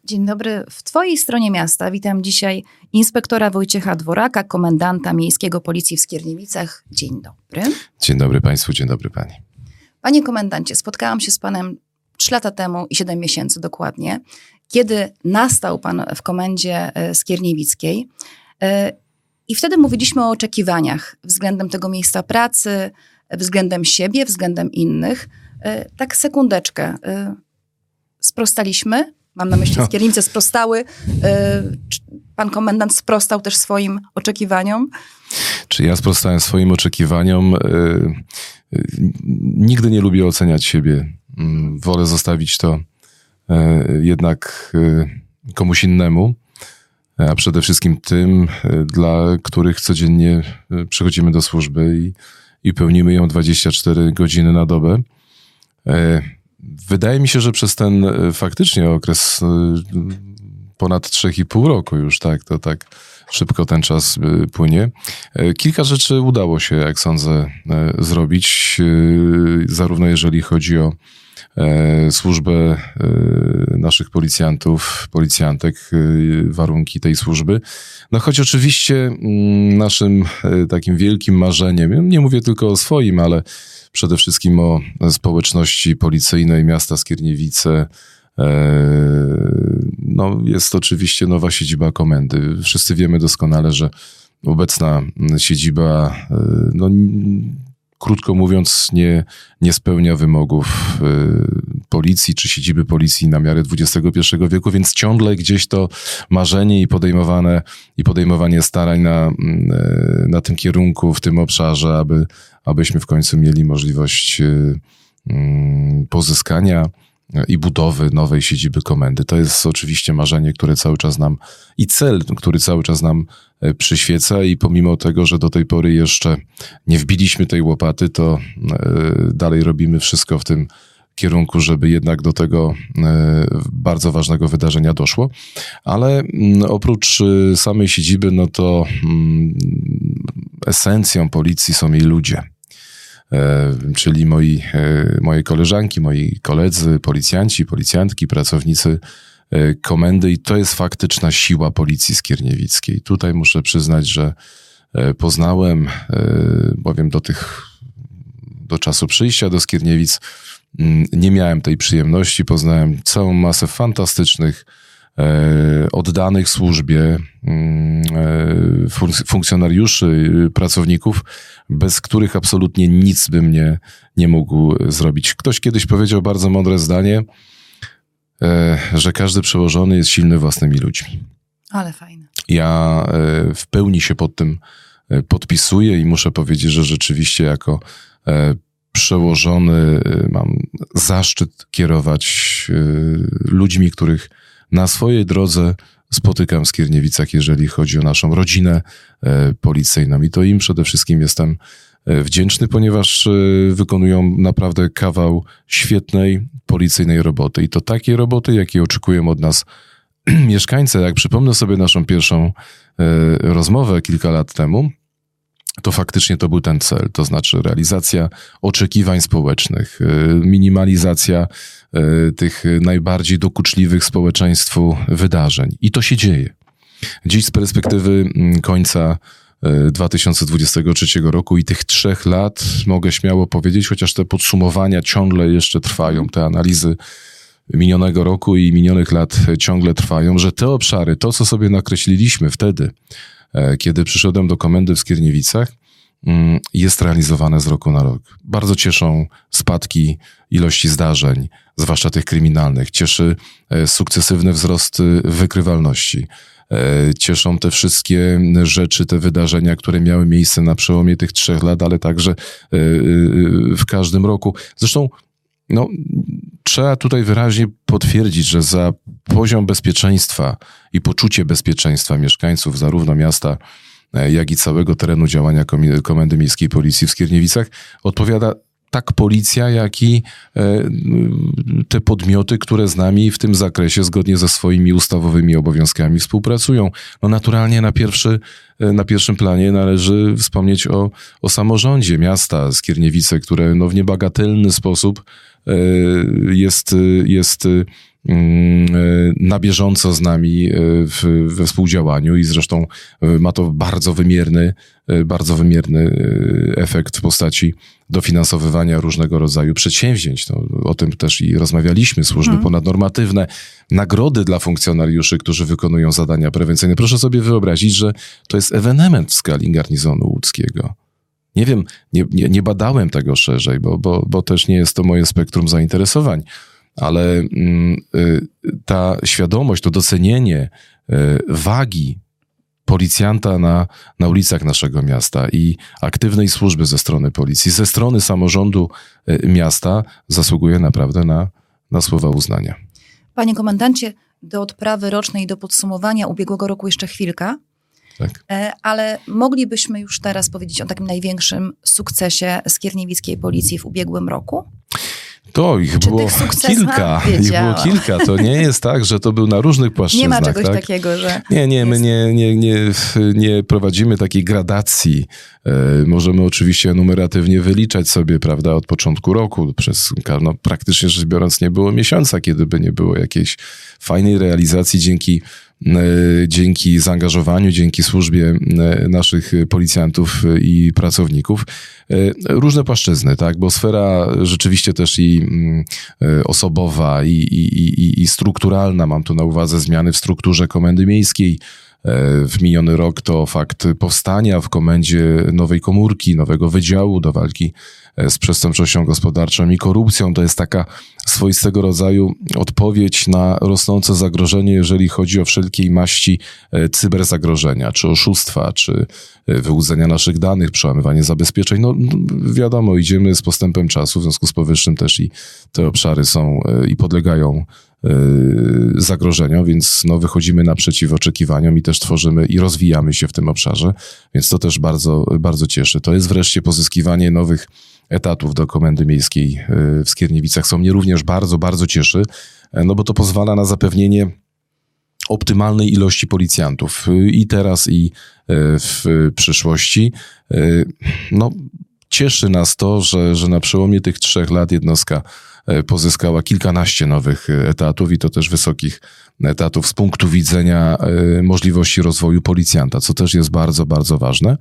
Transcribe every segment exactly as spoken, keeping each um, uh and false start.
Dzień dobry. W twojej stronie miasta witam dzisiaj inspektora Wojciecha Dworaka, komendanta miejskiego Policji w Skierniewicach. Dzień dobry. Dzień dobry państwu, dzień dobry pani. Panie komendancie, spotkałam się z panem trzy lata temu i siedem miesięcy dokładnie, kiedy nastał pan w komendzie skierniewickiej. I wtedy mówiliśmy o oczekiwaniach względem tego miejsca pracy, względem siebie, względem innych. Tak sekundeczkę. Sprostaliśmy? Mam na myśli, Skierniewice sprostały. Pan komendant sprostał też swoim oczekiwaniom? Czy ja sprostałem swoim oczekiwaniom? Nigdy nie lubię oceniać siebie. Wolę zostawić to jednak komuś innemu, a przede wszystkim tym, dla których codziennie przychodzimy do służby i, i pełnimy ją dwadzieścia cztery godziny na dobę. Wydaje mi się, że przez ten faktycznie okres ponad trzy i pół roku już, tak, to tak szybko ten czas płynie. Kilka rzeczy udało się, jak sądzę, zrobić, zarówno jeżeli chodzi o służbę naszych policjantów, policjantek, warunki tej służby. No choć oczywiście naszym takim wielkim marzeniem, nie mówię tylko o swoim, ale przede wszystkim o społeczności policyjnej miasta Skierniewice, no jest oczywiście nowa siedziba komendy. Wszyscy wiemy doskonale, że obecna siedziba, no krótko mówiąc, nie, nie spełnia wymogów policji czy siedziby policji na miarę dwudziestego pierwszego wieku, więc ciągle gdzieś to marzenie i podejmowane i podejmowanie starań na, na tym kierunku, w tym obszarze, aby, abyśmy w końcu mieli możliwość pozyskania i budowy nowej siedziby komendy. To jest oczywiście marzenie, które cały czas nam i cel, który cały czas nam przyświeca i pomimo tego, że do tej pory jeszcze nie wbiliśmy tej łopaty, to dalej robimy wszystko w tym kierunku, żeby jednak do tego bardzo ważnego wydarzenia doszło. Ale oprócz samej siedziby, no to esencją policji są jej ludzie. Czyli moi, moje koleżanki, moi koledzy, policjanci, policjantki, pracownicy komendy i to jest faktyczna siła Policji Skierniewickiej. Tutaj muszę przyznać, że poznałem, bowiem do tych, do czasu przyjścia do Skierniewic nie miałem tej przyjemności, poznałem całą masę fantastycznych, oddanych służbie funkcjonariuszy, pracowników, bez których absolutnie nic bym nie, nie mógł zrobić. Ktoś kiedyś powiedział bardzo mądre zdanie, że każdy przełożony jest silny własnymi ludźmi. Ale fajne. Ja w pełni się pod tym podpisuję i muszę powiedzieć, że rzeczywiście jako przełożony mam zaszczyt kierować ludźmi, których na swojej drodze spotykam w Skierniewicach, jeżeli chodzi o naszą rodzinę policyjną. I to im przede wszystkim jestem wdzięczny, ponieważ wykonują naprawdę kawał świetnej policyjnej roboty. I to takiej roboty, jakiej oczekują od nas mieszkańcy. Jak przypomnę sobie naszą pierwszą rozmowę kilka lat temu, to faktycznie to był ten cel, to znaczy realizacja oczekiwań społecznych, minimalizacja tych najbardziej dokuczliwych społeczeństwu wydarzeń. I to się dzieje. Dziś z perspektywy końca dwa tysiące dwudziestego trzeciego roku i tych trzech lat mogę śmiało powiedzieć, chociaż te podsumowania ciągle jeszcze trwają, te analizy minionego roku i minionych lat ciągle trwają, że te obszary, to co sobie nakreśliliśmy wtedy, kiedy przyszedłem do komendy w Skierniewicach, jest realizowane z roku na rok. Bardzo cieszą spadki ilości zdarzeń, zwłaszcza tych kryminalnych. Cieszy sukcesywny wzrost wykrywalności. Cieszą te wszystkie rzeczy, te wydarzenia, które miały miejsce na przełomie tych trzech lat, ale także w każdym roku. Zresztą no, trzeba tutaj wyraźnie potwierdzić, że za poziom bezpieczeństwa i poczucie bezpieczeństwa mieszkańców zarówno miasta, jak i całego terenu działania Komendy Miejskiej Policji w Skierniewicach odpowiada tak policja, jak i te podmioty, które z nami w tym zakresie zgodnie ze swoimi ustawowymi obowiązkami współpracują. No naturalnie na, pierwszy, na pierwszym planie należy wspomnieć o, o samorządzie miasta Skierniewice, które no w niebagatelny sposób jest, jest na bieżąco z nami w, we współdziałaniu i zresztą ma to bardzo wymierny, bardzo wymierny efekt w postaci dofinansowywania różnego rodzaju przedsięwzięć. No, o tym też i rozmawialiśmy, służby hmm. ponadnormatywne, nagrody dla funkcjonariuszy, którzy wykonują zadania prewencyjne. Proszę sobie wyobrazić, że to jest ewenement w skali garnizonu łódzkiego. Nie wiem, nie, nie, nie badałem tego szerzej, bo, bo, bo też nie jest to moje spektrum zainteresowań, ale y, ta świadomość, to docenienie y, wagi policjanta na, na ulicach naszego miasta i aktywnej służby ze strony policji, ze strony samorządu y, miasta zasługuje naprawdę na, na słowa uznania. Panie komendancie, do odprawy rocznej, do podsumowania ubiegłego roku jeszcze chwilka. Tak. Ale moglibyśmy już teraz powiedzieć o takim największym sukcesie skierniewickiej policji w ubiegłym roku? To ich Czy było kilka. Ich było kilka. To nie jest tak, że to był na różnych płaszczyznach. Nie ma czegoś tak? takiego, że... Nie, nie, my nie, nie, nie, nie prowadzimy takiej gradacji. E, możemy oczywiście enumeratywnie wyliczać sobie, prawda, od początku roku. Przez, no, praktycznie rzecz biorąc nie było miesiąca, kiedy by nie było jakiejś fajnej realizacji dzięki dzięki zaangażowaniu, dzięki służbie naszych policjantów i pracowników. Różne płaszczyzny, tak, bo sfera rzeczywiście też i osobowa i, i, i, i strukturalna, mam tu na uwadze zmiany w strukturze Komendy Miejskiej. W miniony rok to fakt powstania w komendzie nowej komórki, nowego wydziału do walki z przestępczością gospodarczą i korupcją. To jest taka swoistego rodzaju odpowiedź na rosnące zagrożenie, jeżeli chodzi o wszelkiej maści cyberzagrożenia, czy oszustwa, czy wyłudzenia naszych danych, przełamywanie zabezpieczeń. No wiadomo, idziemy z postępem czasu, w związku z powyższym też i te obszary są i podlegają zagrożeniom, więc no, wychodzimy naprzeciw oczekiwaniom i też tworzymy i rozwijamy się w tym obszarze, więc to też bardzo, bardzo cieszy. To jest wreszcie pozyskiwanie nowych etatów do Komendy Miejskiej w Skierniewicach, co mnie również bardzo, bardzo cieszy, no bo to pozwala na zapewnienie optymalnej ilości policjantów i teraz, i w przyszłości. No, cieszy nas to, że, że na przełomie tych trzech lat jednostka pozyskała kilkanaście nowych etatów i to też wysokich etatów z punktu widzenia możliwości rozwoju policjanta, co też jest bardzo, bardzo ważne.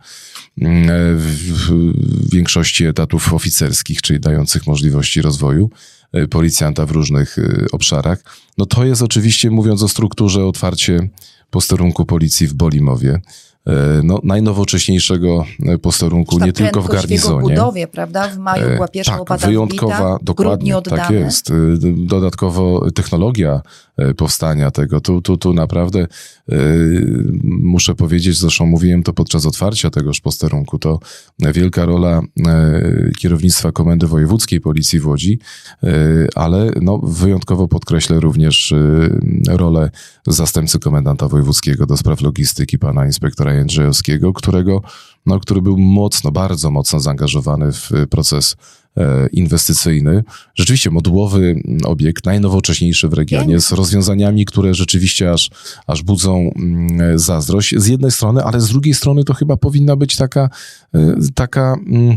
W większości etatów oficerskich, czyli dających możliwości rozwoju policjanta w różnych obszarach. No to jest oczywiście, mówiąc o strukturze, otwarcie posterunku policji w Bolimowie. No, najnowocześniejszego posterunku nie tylko w garnizonie. W jego budowie, prawda? W maju była pierwsza tak, łopata wyjątkowa, wbita, dokładnie, tak jest. Dodatkowo technologia powstania tego, tu, tu, tu naprawdę yy, muszę powiedzieć, zresztą mówiłem to podczas otwarcia tegoż posterunku, to wielka rola yy, kierownictwa Komendy Wojewódzkiej Policji w Łodzi, yy, ale no, wyjątkowo podkreślę również yy, rolę zastępcy komendanta wojewódzkiego do spraw logistyki, pana inspektora Jędrzejowskiego, którego, no, który był mocno, bardzo mocno zaangażowany w proces e, inwestycyjny. Rzeczywiście modułowy obiekt, najnowocześniejszy w regionie, z rozwiązaniami, które rzeczywiście aż, aż budzą mm, zazdrość z jednej strony, ale z drugiej strony to chyba powinna być taka, e, taka mm,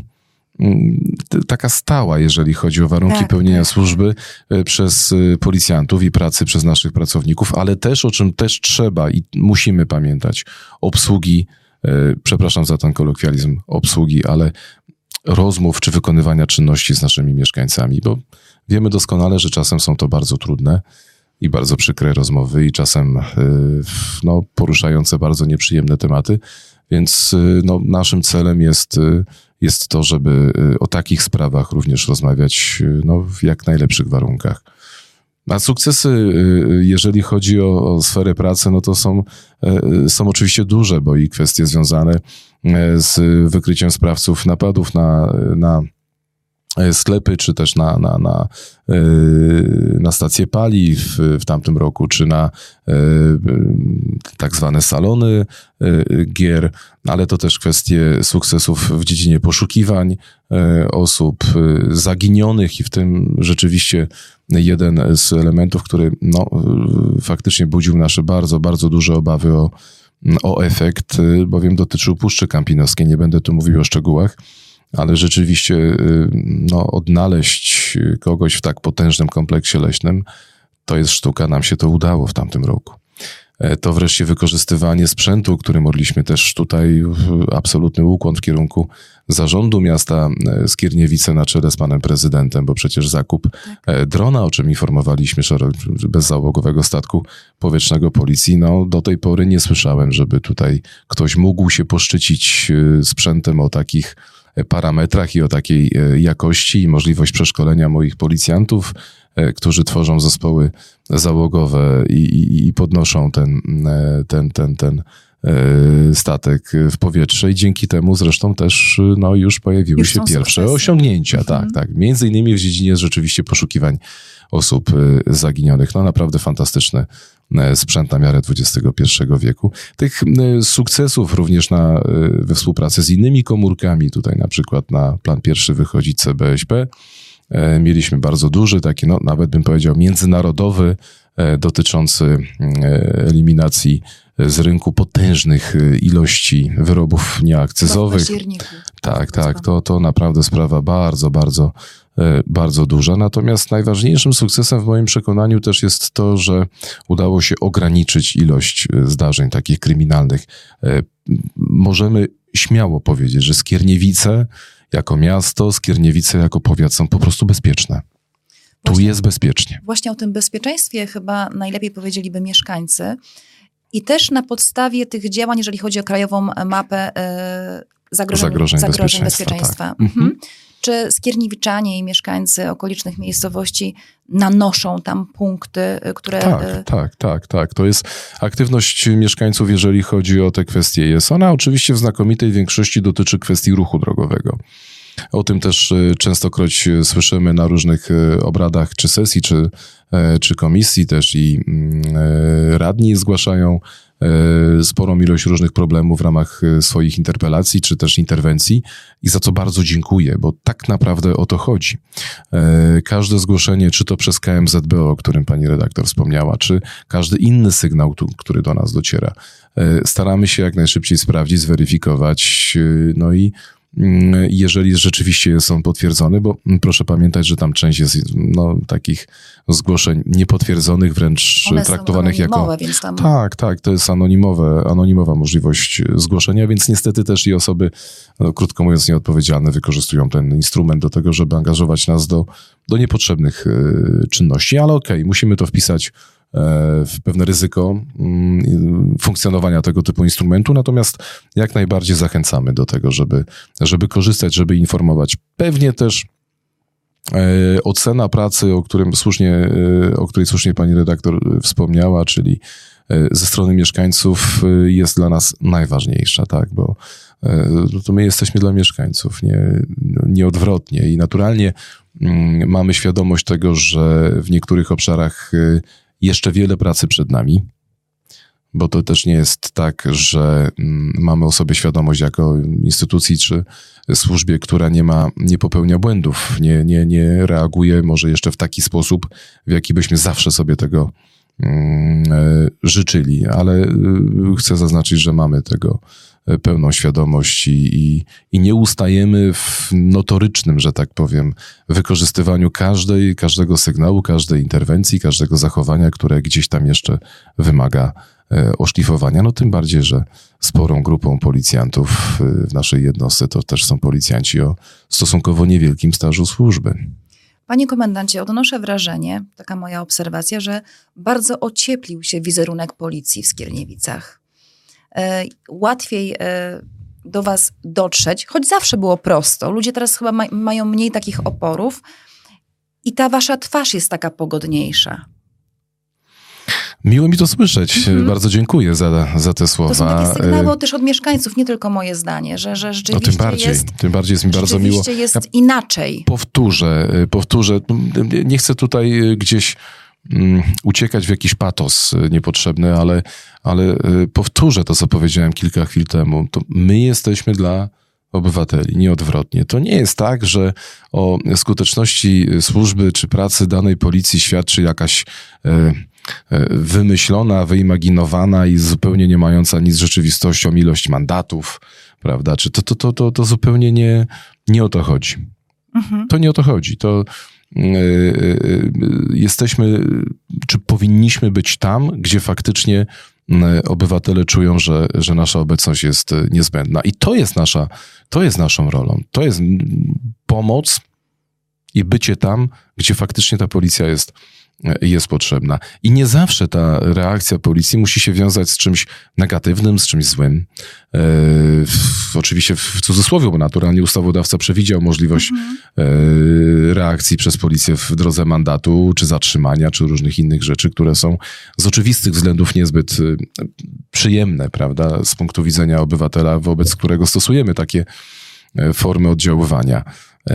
taka stała, jeżeli chodzi o warunki tak, pełnienia tak. służby przez policjantów i pracy przez naszych pracowników, ale też, o czym też trzeba i musimy pamiętać, obsługi, przepraszam za ten kolokwializm, obsługi, ale rozmów czy wykonywania czynności z naszymi mieszkańcami, bo wiemy doskonale, że czasem są to bardzo trudne i bardzo przykre rozmowy i czasem no, poruszające bardzo nieprzyjemne tematy, więc no, naszym celem jest jest to, żeby o takich sprawach również rozmawiać no, w jak najlepszych warunkach. A sukcesy, jeżeli chodzi o, o sferę pracy, no to są, są oczywiście duże, bo i kwestie związane z wykryciem sprawców napadów na, na sklepy, czy też na, na, na, na stacje paliw w tamtym roku, czy na tak zwane salony gier, ale to też kwestie sukcesów w dziedzinie poszukiwań osób zaginionych i w tym rzeczywiście jeden z elementów, który no, faktycznie budził nasze bardzo, bardzo duże obawy o, o efekt, bowiem dotyczył Puszczy Kampinoskiej. Nie będę tu mówił o szczegółach, ale rzeczywiście no, odnaleźć kogoś w tak potężnym kompleksie leśnym, to jest sztuka, nam się to udało w tamtym roku. To wreszcie wykorzystywanie sprzętu, który mogliśmy też tutaj absolutny ukłon w kierunku zarządu miasta Skierniewice na czele z panem prezydentem, bo przecież zakup tak. drona, o czym informowaliśmy, bezzałogowego statku powietrznego policji, no do tej pory nie słyszałem, żeby tutaj ktoś mógł się poszczycić sprzętem o takich parametrach i o takiej jakości i możliwość przeszkolenia moich policjantów, którzy tworzą zespoły załogowe i, i, i podnoszą ten, ten, ten, ten statek w powietrze i dzięki temu zresztą też no, już pojawiły już się pierwsze sukcesy. osiągnięcia. Mhm. Tak, tak. Między innymi w dziedzinie rzeczywiście poszukiwań osób zaginionych. No naprawdę fantastyczny sprzęt na miarę dwudziestego pierwszego wieku. Tych sukcesów również na, we współpracy z innymi komórkami, tutaj na przykład na plan pierwszy wychodzi C B S P, mieliśmy bardzo duży, taki no, nawet bym powiedział międzynarodowy, dotyczący eliminacji z rynku potężnych ilości wyrobów nieakcyzowych. Tak, tak, to, to naprawdę sprawa bardzo, bardzo, bardzo duża. Natomiast najważniejszym sukcesem w moim przekonaniu też jest to, że udało się ograniczyć ilość zdarzeń takich kryminalnych. Możemy śmiało powiedzieć, że Skierniewice jako miasto, Skierniewice jako powiat są po prostu bezpieczne. Tu właśnie, jest bezpiecznie. Właśnie o tym bezpieczeństwie chyba najlepiej powiedzieliby mieszkańcy. I też na podstawie tych działań, jeżeli chodzi o krajową mapę e, zagrożeń, zagrożeń, zagrożeń bezpieczeństwa. bezpieczeństwa. Tak. Mhm. Czy skierniewiczanie i mieszkańcy okolicznych miejscowości nanoszą tam punkty, które... Tak, tak, tak, tak. To jest aktywność mieszkańców, jeżeli chodzi o te kwestie. Jest ona oczywiście w znakomitej większości dotyczy kwestii ruchu drogowego. O tym też częstokroć słyszymy na różnych obradach, czy sesji, czy, czy komisji też i radni zgłaszają sporą ilość różnych problemów w ramach swoich interpelacji, czy też interwencji i za co bardzo dziękuję, bo tak naprawdę o to chodzi. Każde zgłoszenie, czy to przez K M Z B O, o którym pani redaktor wspomniała, czy każdy inny sygnał, który do nas dociera, staramy się jak najszybciej sprawdzić, zweryfikować, no i jeżeli rzeczywiście jest on potwierdzony, bo proszę pamiętać, że tam część jest no, takich zgłoszeń niepotwierdzonych, wręcz one traktowanych są jako... Więc tam... Tak, tak, to jest anonimowe, anonimowa możliwość zgłoszenia, więc niestety też i osoby, no, krótko mówiąc, nieodpowiedzialne wykorzystują ten instrument do tego, żeby angażować nas do, do niepotrzebnych y, czynności, ale okej, okay, musimy to wpisać w pewne ryzyko funkcjonowania tego typu instrumentu, natomiast jak najbardziej zachęcamy do tego, żeby, żeby korzystać, żeby informować. Pewnie też ocena pracy, o którym słusznie, o której słusznie pani redaktor wspomniała, czyli ze strony mieszkańców jest dla nas najważniejsza, tak, bo to my jesteśmy dla mieszkańców, nie, nie odwrotnie i naturalnie mamy świadomość tego, że w niektórych obszarach jeszcze wiele pracy przed nami, bo to też nie jest tak, że mamy o sobie świadomość jako instytucji czy służbie, która nie ma, nie popełnia błędów, nie, nie, nie reaguje może jeszcze w taki sposób, w jaki byśmy zawsze sobie tego mm, życzyli, ale chcę zaznaczyć, że mamy tego pełną świadomość i, i, i nie ustajemy w notorycznym, że tak powiem, wykorzystywaniu każdej, każdego sygnału, każdej interwencji, każdego zachowania, które gdzieś tam jeszcze wymaga e, oszlifowania. No tym bardziej, że sporą grupą policjantów w naszej jednostce to też są policjanci o stosunkowo niewielkim stażu służby. Panie komendancie, odnoszę wrażenie, taka moja obserwacja, że bardzo ocieplił się wizerunek policji w Skierniewicach. Łatwiej do was dotrzeć, choć zawsze było prosto. Ludzie teraz chyba ma, mają mniej takich oporów i ta wasza twarz jest taka pogodniejsza. Miło mi to słyszeć. Mm-hmm. Bardzo dziękuję za, za te słowa. To są takie sygnały też od mieszkańców, nie tylko moje zdanie, że, że rzeczywiście no, tym bardziej, jest... Tym bardziej jest mi bardzo miło. Rzeczywiście jest ja inaczej. Powtórzę, powtórzę. Nie chcę tutaj gdzieś um, uciekać w jakiś patos niepotrzebny, ale, ale powtórzę to, co powiedziałem kilka chwil temu. To my jesteśmy dla obywateli, nie odwrotnie. To nie jest tak, że o skuteczności służby czy pracy danej policji świadczy jakaś... E, wymyślona, wyimaginowana i zupełnie nie mająca nic z rzeczywistością ilość mandatów, prawda? Czy to, to, to, to, to zupełnie nie, nie o to chodzi. Mhm. To nie o to chodzi. To yy, yy, jesteśmy, czy powinniśmy być tam, gdzie faktycznie yy, obywatele czują, że, że nasza obecność jest niezbędna. I to jest nasza, to jest naszą rolą. To jest pomoc i bycie tam, gdzie faktycznie ta policja jest jest potrzebna. I nie zawsze ta reakcja policji musi się wiązać z czymś negatywnym, z czymś złym. E, w, oczywiście w cudzysłowie, bo naturalnie ustawodawca przewidział możliwość mhm. e, reakcji przez policję w drodze mandatu, czy zatrzymania, czy różnych innych rzeczy, które są z oczywistych względów niezbyt przyjemne, prawda, z punktu widzenia obywatela, wobec którego stosujemy takie formy oddziaływania. E,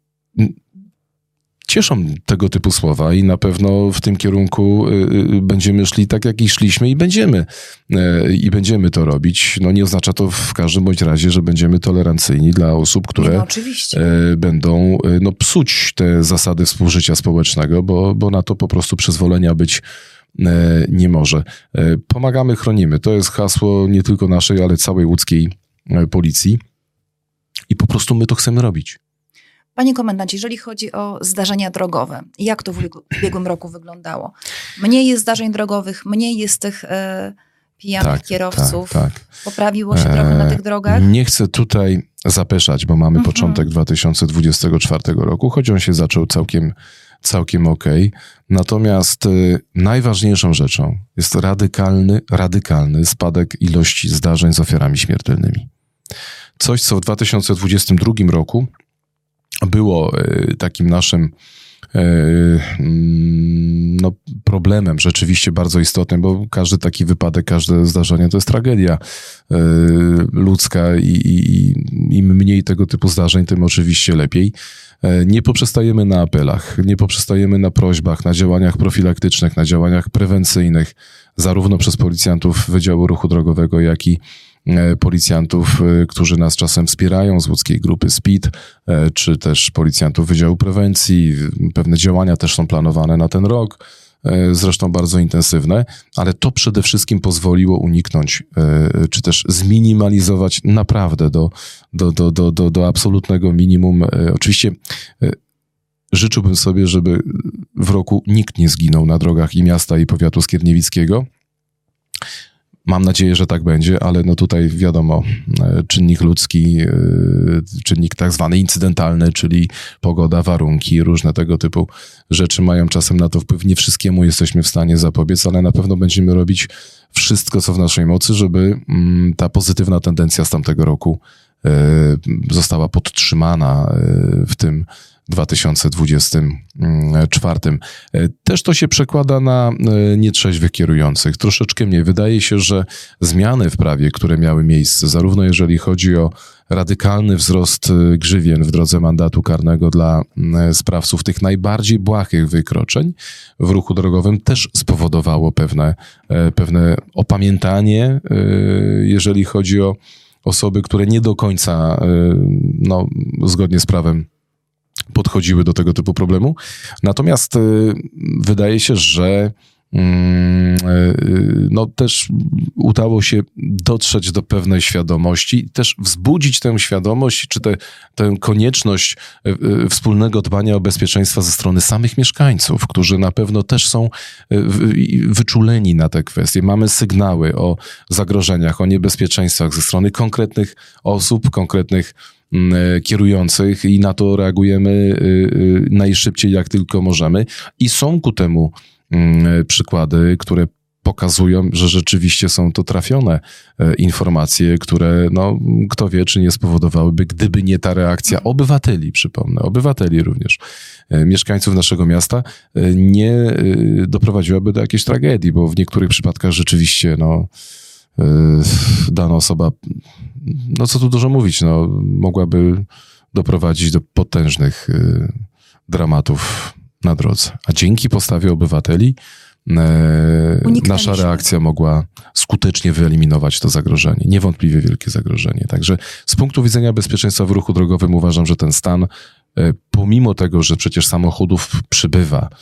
Cieszą tego typu słowa i na pewno w tym kierunku y, będziemy szli tak, jak i szliśmy i będziemy. Y, I będziemy to robić. No nie oznacza to w każdym bądź razie, że będziemy tolerancyjni dla osób, które no, oczywiście. y, będą y, no, psuć te zasady współżycia społecznego, bo, bo na to po prostu przyzwolenia być y, nie może. Y, pomagamy, chronimy. To jest hasło nie tylko naszej, ale całej łódzkiej y, policji. I po prostu my to chcemy robić. Panie komendancie, jeżeli chodzi o zdarzenia drogowe, jak to w ubiegłym roku wyglądało? Mniej jest zdarzeń drogowych, mniej jest tych e, pijanych tak, kierowców. Tak, tak. Poprawiło się trochę na tych drogach? Nie chcę tutaj zapeszać, bo mamy mhm. początek dwa tysiące dwudziestego czwartego roku, choć on się zaczął całkiem, całkiem okej. Natomiast y, najważniejszą rzeczą jest radykalny, radykalny spadek ilości zdarzeń z ofiarami śmiertelnymi. Coś, co w dwa tysiące dwudziestym drugim roku było takim naszym no, problemem rzeczywiście bardzo istotnym, bo każdy taki wypadek, każde zdarzenie to jest tragedia ludzka i, i im mniej tego typu zdarzeń, tym oczywiście lepiej. Nie poprzestajemy na apelach, nie poprzestajemy na prośbach, na działaniach profilaktycznych, na działaniach prewencyjnych, zarówno przez policjantów Wydziału Ruchu Drogowego, jak i policjantów, którzy nas czasem wspierają z łódzkiej grupy S P I D, czy też policjantów Wydziału Prewencji. Pewne działania też są planowane na ten rok, zresztą bardzo intensywne, ale to przede wszystkim pozwoliło uniknąć, czy też zminimalizować naprawdę do, do, do, do, do, do absolutnego minimum. Oczywiście życzyłbym sobie, żeby w roku nikt nie zginął na drogach i miasta, i powiatu skierniewickiego. Mam nadzieję, że tak będzie, ale no tutaj wiadomo, czynnik ludzki, czynnik tak zwany incydentalny, czyli pogoda, warunki, różne tego typu rzeczy mają czasem na to wpływ. Nie wszystkiemu jesteśmy w stanie zapobiec, ale na pewno będziemy robić wszystko, co w naszej mocy, żeby ta pozytywna tendencja z tamtego roku została podtrzymana w tym dwa tysiące dwudziestym czwartym. Też to się przekłada na nietrzeźwych kierujących. Troszeczkę mniej. Wydaje się, że zmiany w prawie, które miały miejsce, zarówno jeżeli chodzi o radykalny wzrost grzywien w drodze mandatu karnego dla sprawców tych najbardziej błahych wykroczeń w ruchu drogowym, też spowodowało pewne, pewne opamiętanie, jeżeli chodzi o osoby, które nie do końca no, zgodnie z prawem podchodziły do tego typu problemu. Natomiast y, wydaje się, że y, y, no też udało się dotrzeć do pewnej świadomości, też wzbudzić tę świadomość, czy te, tę konieczność y, y, wspólnego dbania o bezpieczeństwo ze strony samych mieszkańców, którzy na pewno też są y, y, wyczuleni na te kwestie. Mamy sygnały o zagrożeniach, o niebezpieczeństwach ze strony konkretnych osób, konkretnych kierujących i na to reagujemy najszybciej jak tylko możemy i są ku temu przykłady, które pokazują, że rzeczywiście są to trafione informacje, które no kto wie, czy nie spowodowałyby, gdyby nie ta reakcja obywateli, przypomnę, obywateli również, mieszkańców naszego miasta, nie doprowadziłaby do jakiejś tragedii, bo w niektórych przypadkach rzeczywiście no dana osoba, no co tu dużo mówić, no mogłaby doprowadzić do potężnych y, dramatów na drodze. A dzięki postawie obywateli y, nasza reakcja mogła skutecznie wyeliminować to zagrożenie. Niewątpliwie wielkie zagrożenie. Także z punktu widzenia bezpieczeństwa w ruchu drogowym uważam, że ten stan, y, pomimo tego, że przecież samochodów przybywa,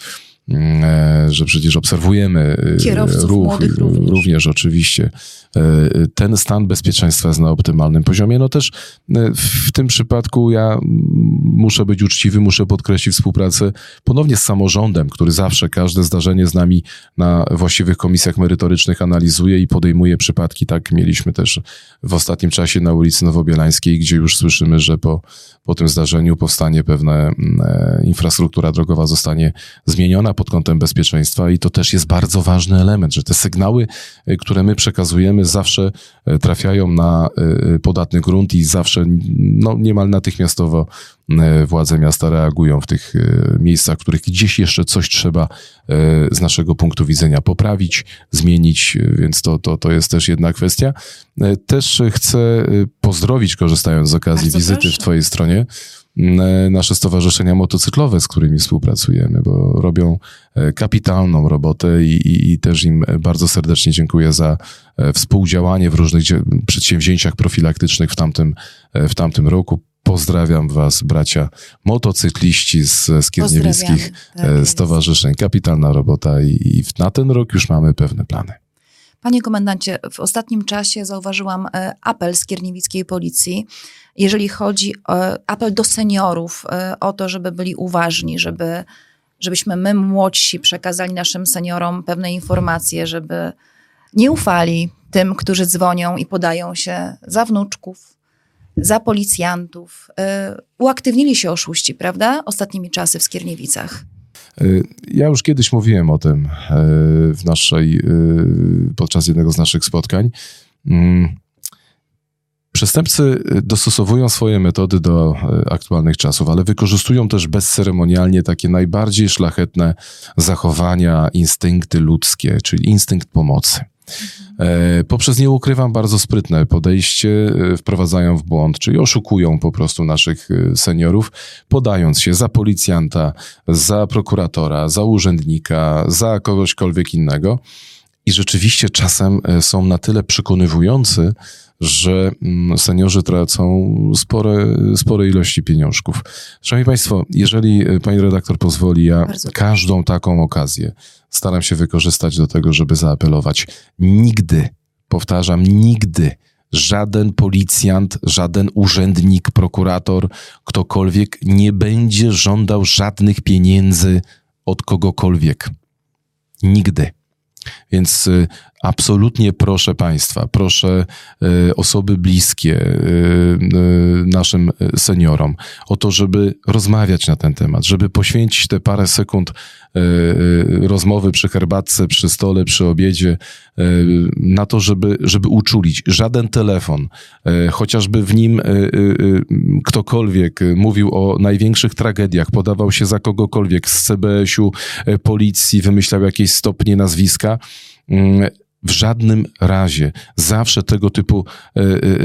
że przecież obserwujemy kierowców ruch, młodych również. również oczywiście. Ten stan bezpieczeństwa jest na optymalnym poziomie. No też w tym przypadku ja muszę być uczciwy, muszę podkreślić współpracę ponownie z samorządem, który zawsze każde zdarzenie z nami na właściwych komisjach merytorycznych analizuje i podejmuje przypadki. Tak mieliśmy też w ostatnim czasie na ulicy Nowobielańskiej, gdzie już słyszymy, że po, po tym zdarzeniu powstanie pewna e, infrastruktura drogowa zostanie zmieniona pod kątem bezpieczeństwa i to też jest bardzo ważny element, że te sygnały, które my przekazujemy, zawsze trafiają na podatny grunt i zawsze no, niemal natychmiastowo władze miasta reagują w tych miejscach, w których gdzieś jeszcze coś trzeba z naszego punktu widzenia poprawić, zmienić, więc to, to, to jest też jedna kwestia. Też chcę pozdrowić, korzystając z okazji Bardzo wizyty proszę. w twojej stronie, nasze stowarzyszenia motocyklowe, z którymi współpracujemy, bo robią kapitalną robotę i, i, i też im bardzo serdecznie dziękuję za współdziałanie w różnych przedsięwzięciach profilaktycznych w tamtym, w tamtym roku. Pozdrawiam was, bracia motocykliści z skierniewickich tak stowarzyszeń. Kapitalna robota i, i na ten rok już mamy pewne plany. Panie komendancie, w ostatnim czasie zauważyłam apel skierniewickiej policji, jeżeli chodzi o apel do seniorów, o to, żeby byli uważni, żeby, żebyśmy my młodsi przekazali naszym seniorom pewne informacje, żeby nie ufali tym, którzy dzwonią i podają się za wnuczków, za policjantów. Uaktywnili się oszuści, prawda? Ostatnimi czasy w Skierniewicach. Ja już kiedyś mówiłem o tym w naszej, podczas jednego z naszych spotkań. Przestępcy dostosowują swoje metody do aktualnych czasów, ale wykorzystują też bezceremonialnie takie najbardziej szlachetne zachowania, instynkty ludzkie, czyli instynkt pomocy. Poprzez, nie ukrywam, bardzo sprytne podejście wprowadzają w błąd, czyli oszukują po prostu naszych seniorów, podając się za policjanta, za prokuratora, za urzędnika, za kogośkolwiek innego. I rzeczywiście czasem są na tyle przekonywujący, że seniorzy tracą spore, spore ilości pieniążków. Szanowni Państwo, jeżeli pani redaktor pozwoli, ja Bardzo każdą taką okazję staram się wykorzystać do tego, żeby zaapelować. Nigdy, powtarzam, nigdy żaden policjant, żaden urzędnik, prokurator, ktokolwiek nie będzie żądał żadnych pieniędzy od kogokolwiek. Nigdy. Więc y, absolutnie proszę Państwa, proszę y, osoby bliskie y, y, naszym seniorom o to, żeby rozmawiać na ten temat, żeby poświęcić te parę sekund y, y, rozmowy przy herbatce, przy stole, przy obiedzie y, na to, żeby, żeby uczulić. Żaden telefon, y, chociażby w nim y, y, ktokolwiek mówił o największych tragediach, podawał się za kogokolwiek z C B S u, y, policji, wymyślał jakieś stopnie, nazwiska. Y, W żadnym razie zawsze tego typu y, y,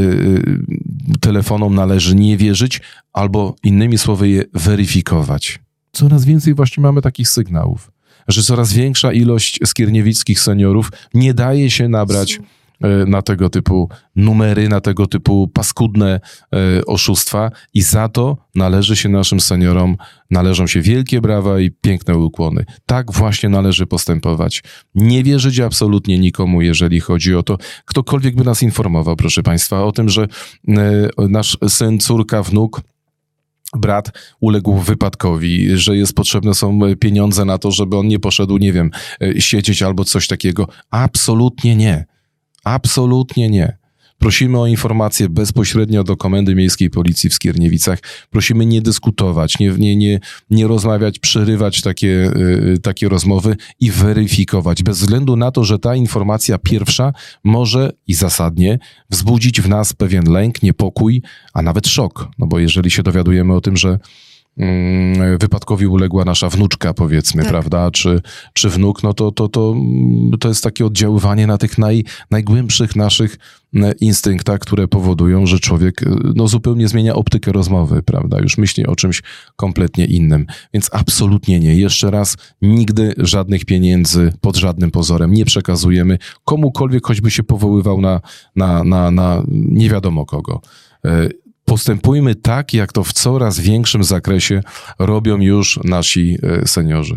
y, telefonom należy nie wierzyć albo innymi słowy je weryfikować. Coraz więcej właśnie mamy takich sygnałów, że coraz większa ilość skierniewickich seniorów nie daje się nabrać na tego typu numery, na tego typu paskudne e, oszustwa i za to należy się naszym seniorom, należą się wielkie brawa i piękne ukłony. Tak właśnie należy postępować. Nie wierzyć absolutnie nikomu, jeżeli chodzi o to. Ktokolwiek by nas informował, proszę Państwa, o tym, że e, nasz syn, córka, wnuk, brat uległ wypadkowi, że jest potrzebne są pieniądze na to, żeby on nie poszedł, nie wiem, siedzieć albo coś takiego. Absolutnie nie. Absolutnie nie. Prosimy o informacje bezpośrednio do Komendy Miejskiej Policji w Skierniewicach. Prosimy nie dyskutować, nie, nie, nie, nie rozmawiać, przerywać takie, yy, takie rozmowy i weryfikować. Bez względu na to, że ta informacja pierwsza może i zasadnie wzbudzić w nas pewien lęk, niepokój, a nawet szok. No bo jeżeli się dowiadujemy o tym, że wypadkowi uległa nasza wnuczka, powiedzmy, tak, prawda, czy, czy wnuk, no to, to, to, to jest takie oddziaływanie na tych naj, najgłębszych naszych instynktach, które powodują, że człowiek no, zupełnie zmienia optykę rozmowy, prawda, już myśli o czymś kompletnie innym. Więc absolutnie nie. Jeszcze raz, nigdy żadnych pieniędzy pod żadnym pozorem nie przekazujemy komukolwiek, choćby się powoływał na, na, na, na nie wiadomo kogo. Postępujmy tak, jak to w coraz większym zakresie robią już nasi seniorzy.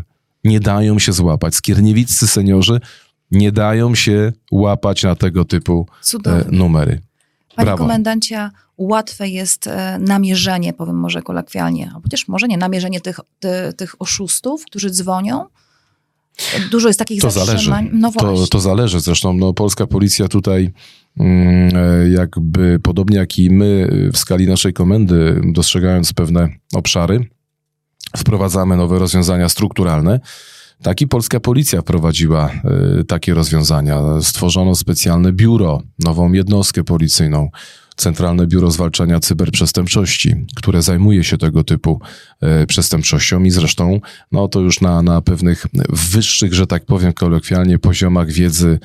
nie dają się złapać. Skierniewiccy seniorzy nie dają się łapać na tego typu e, numery. Panie Brawo. komendancie, łatwe jest e, namierzenie, powiem może kolokwialnie, a chociaż może nie, namierzenie tych, ty, tych oszustów, którzy dzwonią. Dużo jest takich to zatrzymań. Zależy. No to, to zależy. Zresztą no, polska policja tutaj mm, jakby podobnie jak i my w skali naszej komendy, dostrzegając pewne obszary, wprowadzamy nowe rozwiązania strukturalne. Tak i polska policja wprowadziła y, takie rozwiązania. Stworzono specjalne biuro, nową jednostkę policyjną, Centralne Biuro Zwalczania Cyberprzestępczości, które zajmuje się tego typu e, przestępczością i zresztą no to już na, na pewnych wyższych, że tak powiem kolokwialnie, poziomach wiedzy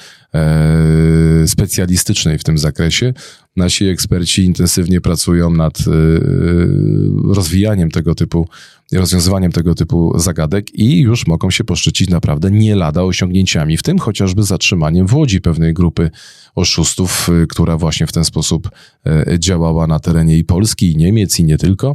e, specjalistycznej w tym zakresie. Nasi eksperci intensywnie pracują nad e, rozwijaniem tego typu, rozwiązywaniem tego typu zagadek i już mogą się poszczycić naprawdę nie lada osiągnięciami, w tym chociażby zatrzymaniem w Łodzi pewnej grupy oszustów, która właśnie w ten sposób działała na terenie i Polski, i Niemiec, i nie tylko.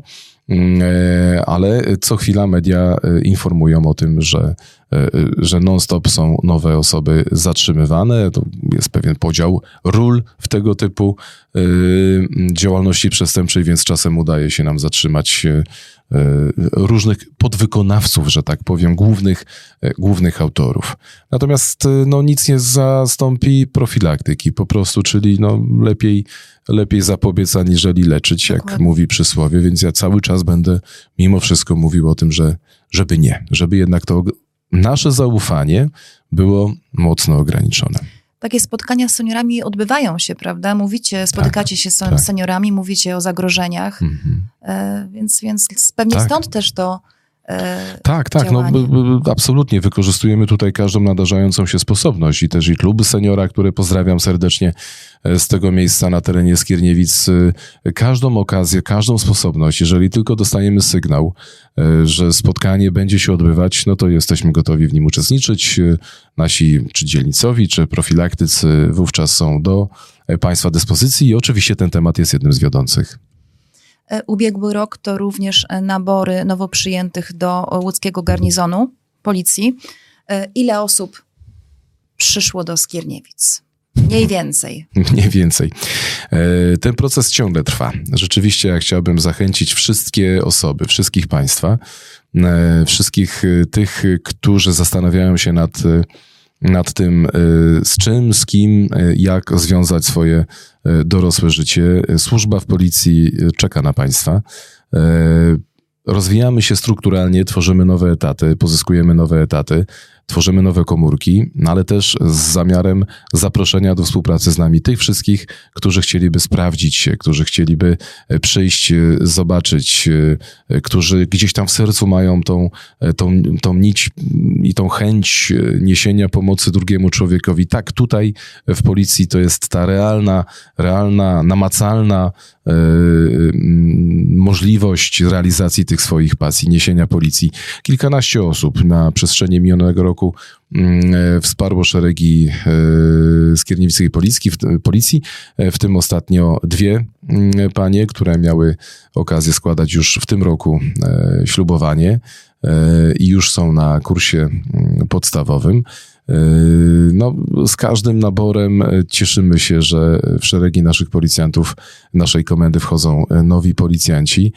Ale co chwila media informują o tym, że, że non-stop są nowe osoby zatrzymywane. To jest pewien podział ról w tego typu działalności przestępczej, więc czasem udaje się nam zatrzymać różnych podwykonawców, że tak powiem, głównych, głównych autorów. Natomiast no, nic nie zastąpi profilaktyki po prostu, czyli no, lepiej, lepiej zapobiec aniżeli leczyć, jak Dokładnie. mówi przysłowie, więc ja cały czas będę mimo wszystko mówił o tym, że żeby nie, żeby jednak to nasze zaufanie było mocno ograniczone. Takie spotkania z seniorami odbywają się, prawda? Mówicie, spotykacie tak, się z tak. seniorami, mówicie o zagrożeniach, mhm. e, więc, więc pewnie tak. stąd też to e, Tak, tak, no, b, b, absolutnie. Wykorzystujemy tutaj każdą nadarzającą się sposobność i też i kluby seniora, które pozdrawiam serdecznie z tego miejsca na terenie Skierniewic. Każdą okazję, każdą sposobność, jeżeli tylko dostaniemy sygnał, że spotkanie będzie się odbywać, no to jesteśmy gotowi w nim uczestniczyć. Nasi czy dzielnicowi, czy profilaktycy wówczas są do Państwa dyspozycji i oczywiście ten temat jest jednym z wiodących. Ubiegły rok to również nabory nowo przyjętych do łódzkiego garnizonu policji. Ile osób przyszło do Skierniewic? Mniej więcej. Mniej więcej. Ten proces ciągle trwa. Rzeczywiście ja chciałbym zachęcić wszystkie osoby, wszystkich Państwa, wszystkich tych, którzy zastanawiają się nad, nad tym, z czym, z kim, jak związać swoje dorosłe życie. Służba w policji czeka na Państwa. Rozwijamy się strukturalnie, tworzymy nowe etaty, pozyskujemy nowe etaty, tworzymy nowe komórki, no ale też z zamiarem zaproszenia do współpracy z nami tych wszystkich, którzy chcieliby sprawdzić się, którzy chcieliby przyjść, zobaczyć, którzy gdzieś tam w sercu mają tą, tą, tą nić i tą chęć niesienia pomocy drugiemu człowiekowi. Tak, tutaj w policji to jest ta realna, realna, namacalna yy, możliwość realizacji tych swoich pasji, niesienia policji. Kilkanaście osób na przestrzeni minionego roku wsparło szeregi skierniewickiej policji, w tym ostatnio dwie panie, które miały okazję składać już w tym roku ślubowanie i już są na kursie podstawowym. No, z każdym naborem cieszymy się, że w szeregi naszych policjantów, naszej komendy wchodzą nowi policjanci,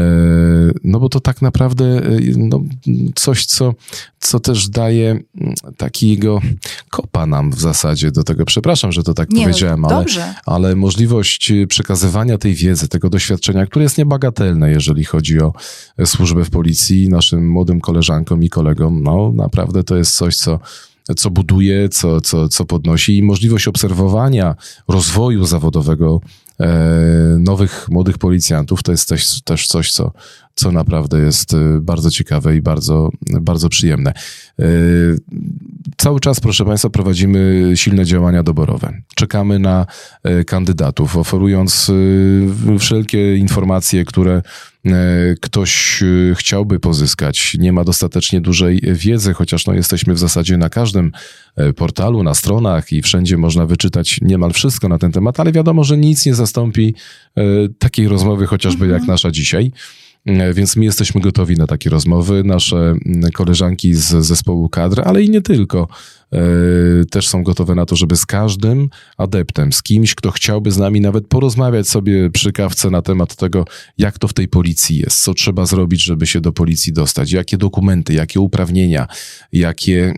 no bo to tak naprawdę no, coś, co, co też daje takiego kopa nam w zasadzie do tego. Przepraszam, że to tak Nie, powiedziałem, ale, ale możliwość przekazywania tej wiedzy, tego doświadczenia, które jest niebagatelne, jeżeli chodzi o służbę w policji, naszym młodym koleżankom i kolegom, no naprawdę to jest coś, co co buduje, co, co, co podnosi i możliwość obserwowania rozwoju zawodowego e, nowych, młodych policjantów, to jest też, też coś, co, co naprawdę jest bardzo ciekawe i bardzo, bardzo przyjemne. E, cały czas, proszę Państwa, prowadzimy silne działania doborowe. Czekamy na e, kandydatów, oferując e, wszelkie informacje, które ktoś chciałby pozyskać, nie ma dostatecznie dużej wiedzy, chociaż no jesteśmy w zasadzie na każdym portalu, na stronach i wszędzie można wyczytać niemal wszystko na ten temat, ale wiadomo, że nic nie zastąpi takiej rozmowy chociażby mhm. jak nasza dzisiaj. Więc my jesteśmy gotowi na takie rozmowy. Nasze koleżanki z zespołu kadr, ale i nie tylko, też są gotowe na to, żeby z każdym adeptem, z kimś, kto chciałby z nami nawet porozmawiać sobie przy kawce na temat tego, jak to w tej policji jest, co trzeba zrobić, żeby się do policji dostać, jakie dokumenty, jakie uprawnienia, jakie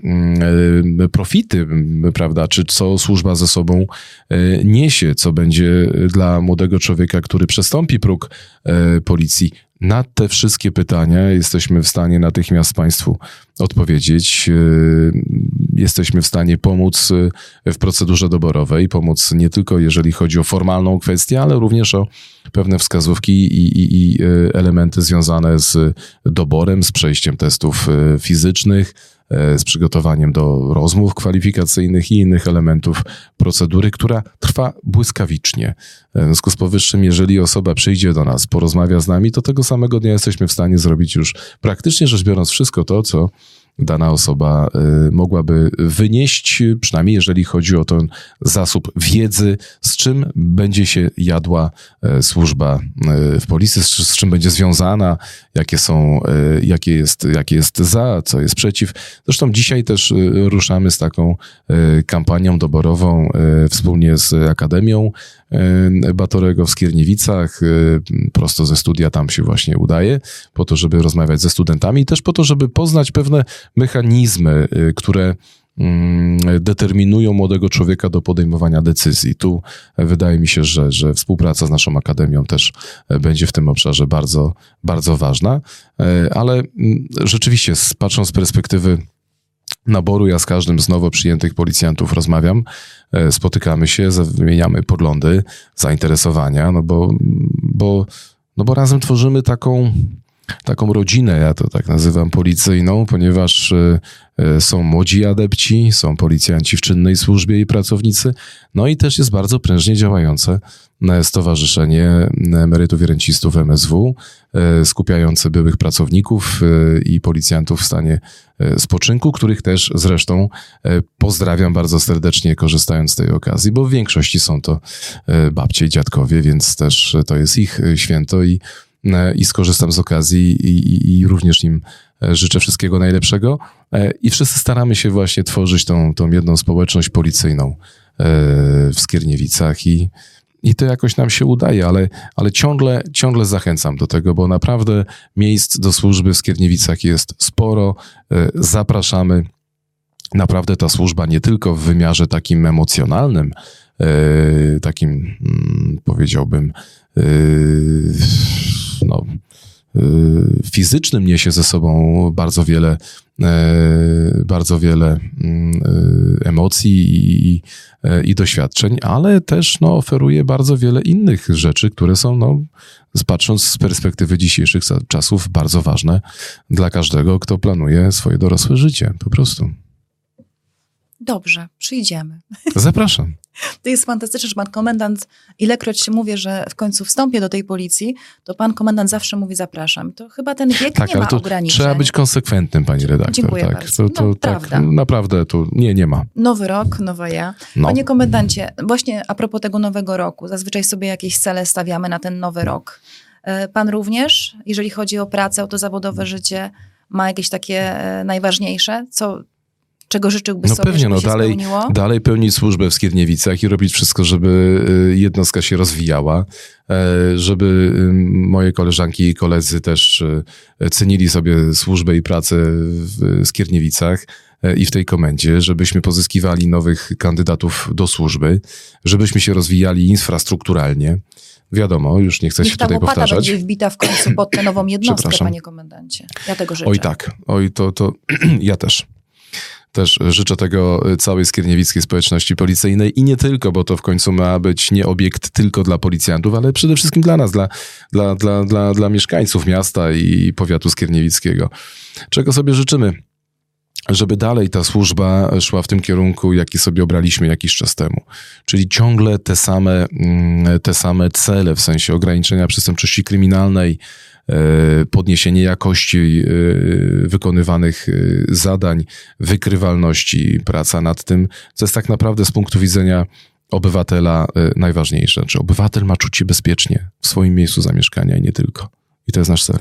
profity, prawda, czy co służba ze sobą niesie, co będzie dla młodego człowieka, który przestąpi próg policji. Na te wszystkie pytania jesteśmy w stanie natychmiast Państwu odpowiedzieć. Jesteśmy w stanie pomóc w procedurze doborowej, pomóc nie tylko jeżeli chodzi o formalną kwestię, ale również o pewne wskazówki i, i, i elementy związane z doborem, z przejściem testów fizycznych, z przygotowaniem do rozmów kwalifikacyjnych i innych elementów procedury, która trwa błyskawicznie. W związku z powyższym, jeżeli osoba przyjdzie do nas, porozmawia z nami, to tego samego dnia jesteśmy w stanie zrobić już praktycznie rzecz biorąc wszystko to, co dana osoba mogłaby wynieść, przynajmniej jeżeli chodzi o ten zasób wiedzy, z czym będzie się jadła służba w policji, z czym będzie związana, jakie są, jakie jest, jakie jest za, co jest przeciw. Zresztą dzisiaj też ruszamy z taką kampanią doborową wspólnie z Akademią Batorego w Skierniewicach. Prosto ze studia tam się właśnie udaje, po to, żeby rozmawiać ze studentami i też po to, żeby poznać pewne mechanizmy, które determinują młodego człowieka do podejmowania decyzji. Tu wydaje mi się, że, że współpraca z naszą Akademią też będzie w tym obszarze bardzo, bardzo ważna, ale rzeczywiście patrząc z perspektywy naboru, ja z każdym z nowo przyjętych policjantów rozmawiam, spotykamy się, wymieniamy poglądy, zainteresowania, no bo, bo, no bo razem tworzymy taką taką rodzinę, ja to tak nazywam, policyjną, ponieważ są młodzi adepci, są policjanci w czynnej służbie i pracownicy, no i też jest bardzo prężnie działające Stowarzyszenie Emerytów i Rencistów M S W, skupiające byłych pracowników i policjantów w stanie spoczynku, których też zresztą pozdrawiam bardzo serdecznie, korzystając z tej okazji, bo w większości są to babcie i dziadkowie, więc też to jest ich święto i i skorzystam z okazji i, i, i również im życzę wszystkiego najlepszego. I wszyscy staramy się właśnie tworzyć tą, tą jedną społeczność policyjną w Skierniewicach i, i to jakoś nam się udaje, ale, ale ciągle, ciągle zachęcam do tego, bo naprawdę miejsc do służby w Skierniewicach jest sporo. Zapraszamy. Naprawdę ta służba nie tylko w wymiarze takim emocjonalnym, takim powiedziałbym no, fizycznym niesie ze sobą bardzo wiele, bardzo wiele emocji i, i doświadczeń, ale też no, oferuje bardzo wiele innych rzeczy, które są, no, patrząc z perspektywy dzisiejszych czasów, bardzo ważne dla każdego, kto planuje swoje dorosłe życie, po prostu. Dobrze, przyjdziemy. Zapraszam. To jest fantastyczne, że pan komendant, ilekroć się mówię, że w końcu wstąpię do tej policji, to pan komendant zawsze mówi zapraszam. To chyba ten wiek tak, nie ma ale to ograniczeń. Trzeba być konsekwentnym, pani redaktor. Dziękuję tak. bardzo. To, to, no, tak, prawda. Naprawdę tu nie, nie ma. Nowy rok, nowa ja. No. Panie komendancie, właśnie a propos tego nowego roku, zazwyczaj sobie jakieś cele stawiamy na ten nowy rok. Pan również, jeżeli chodzi o pracę, o to zawodowe życie, ma jakieś takie najważniejsze, co... czego życzyłby no sobie, pewnie, żeby no się dalej, spełniło? dalej pełnić służbę w Skierniewicach i robić wszystko, żeby jednostka się rozwijała, żeby moje koleżanki i koledzy też cenili sobie służbę i pracę w Skierniewicach i w tej komendzie, żebyśmy pozyskiwali nowych kandydatów do służby, żebyśmy się rozwijali infrastrukturalnie. Wiadomo, już nie chcę Niech się tutaj powtarzać. ta łopata będzie wbita w końcu pod tę nową jednostkę, panie komendancie. Ja tego życzę. Oj tak, oj to, to ja też. Też życzę tego całej skierniewickiej społeczności policyjnej i nie tylko, bo to w końcu ma być nie obiekt tylko dla policjantów, ale przede wszystkim dla nas, dla, dla, dla, dla, dla mieszkańców miasta i powiatu skierniewickiego. Czego sobie życzymy? Żeby dalej ta służba szła w tym kierunku, jaki sobie obraliśmy jakiś czas temu. Czyli ciągle te same, te same cele w sensie ograniczenia przestępczości kryminalnej, podniesienie jakości wykonywanych zadań, wykrywalności, praca nad tym, co jest tak naprawdę z punktu widzenia obywatela najważniejsze. Czy obywatel ma czuć się bezpiecznie w swoim miejscu zamieszkania i nie tylko. I to jest nasz cel.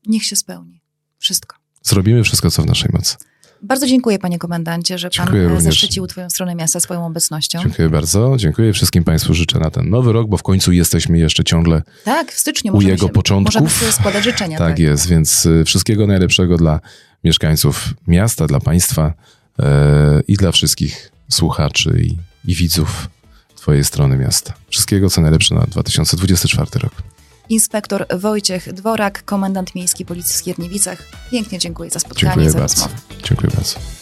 Niech się spełni. Wszystko. Zrobimy wszystko, co w naszej mocy. Bardzo dziękuję, panie komendancie, że Dziękuję pan również. zaszczycił twoją stronę miasta swoją obecnością. Dziękuję bardzo. Dziękuję wszystkim państwu. Życzę na ten nowy rok, bo w końcu jesteśmy jeszcze ciągle Tak, w styczniu u możemy jego się, początków. Możemy sobie składać życzenia. Tak, tak jest, więc y, wszystkiego najlepszego dla mieszkańców miasta, dla państwa yy, i dla wszystkich słuchaczy i, i widzów twojej strony miasta. Wszystkiego, co najlepsze na dwa tysiące dwudziesty czwarty rok. Inspektor Wojciech Dworak, komendant miejski Policji w Skierniewicach. Pięknie dziękuję za spotkanie Dziękuję i za bardzo. rozmowę. Dziękuję bardzo.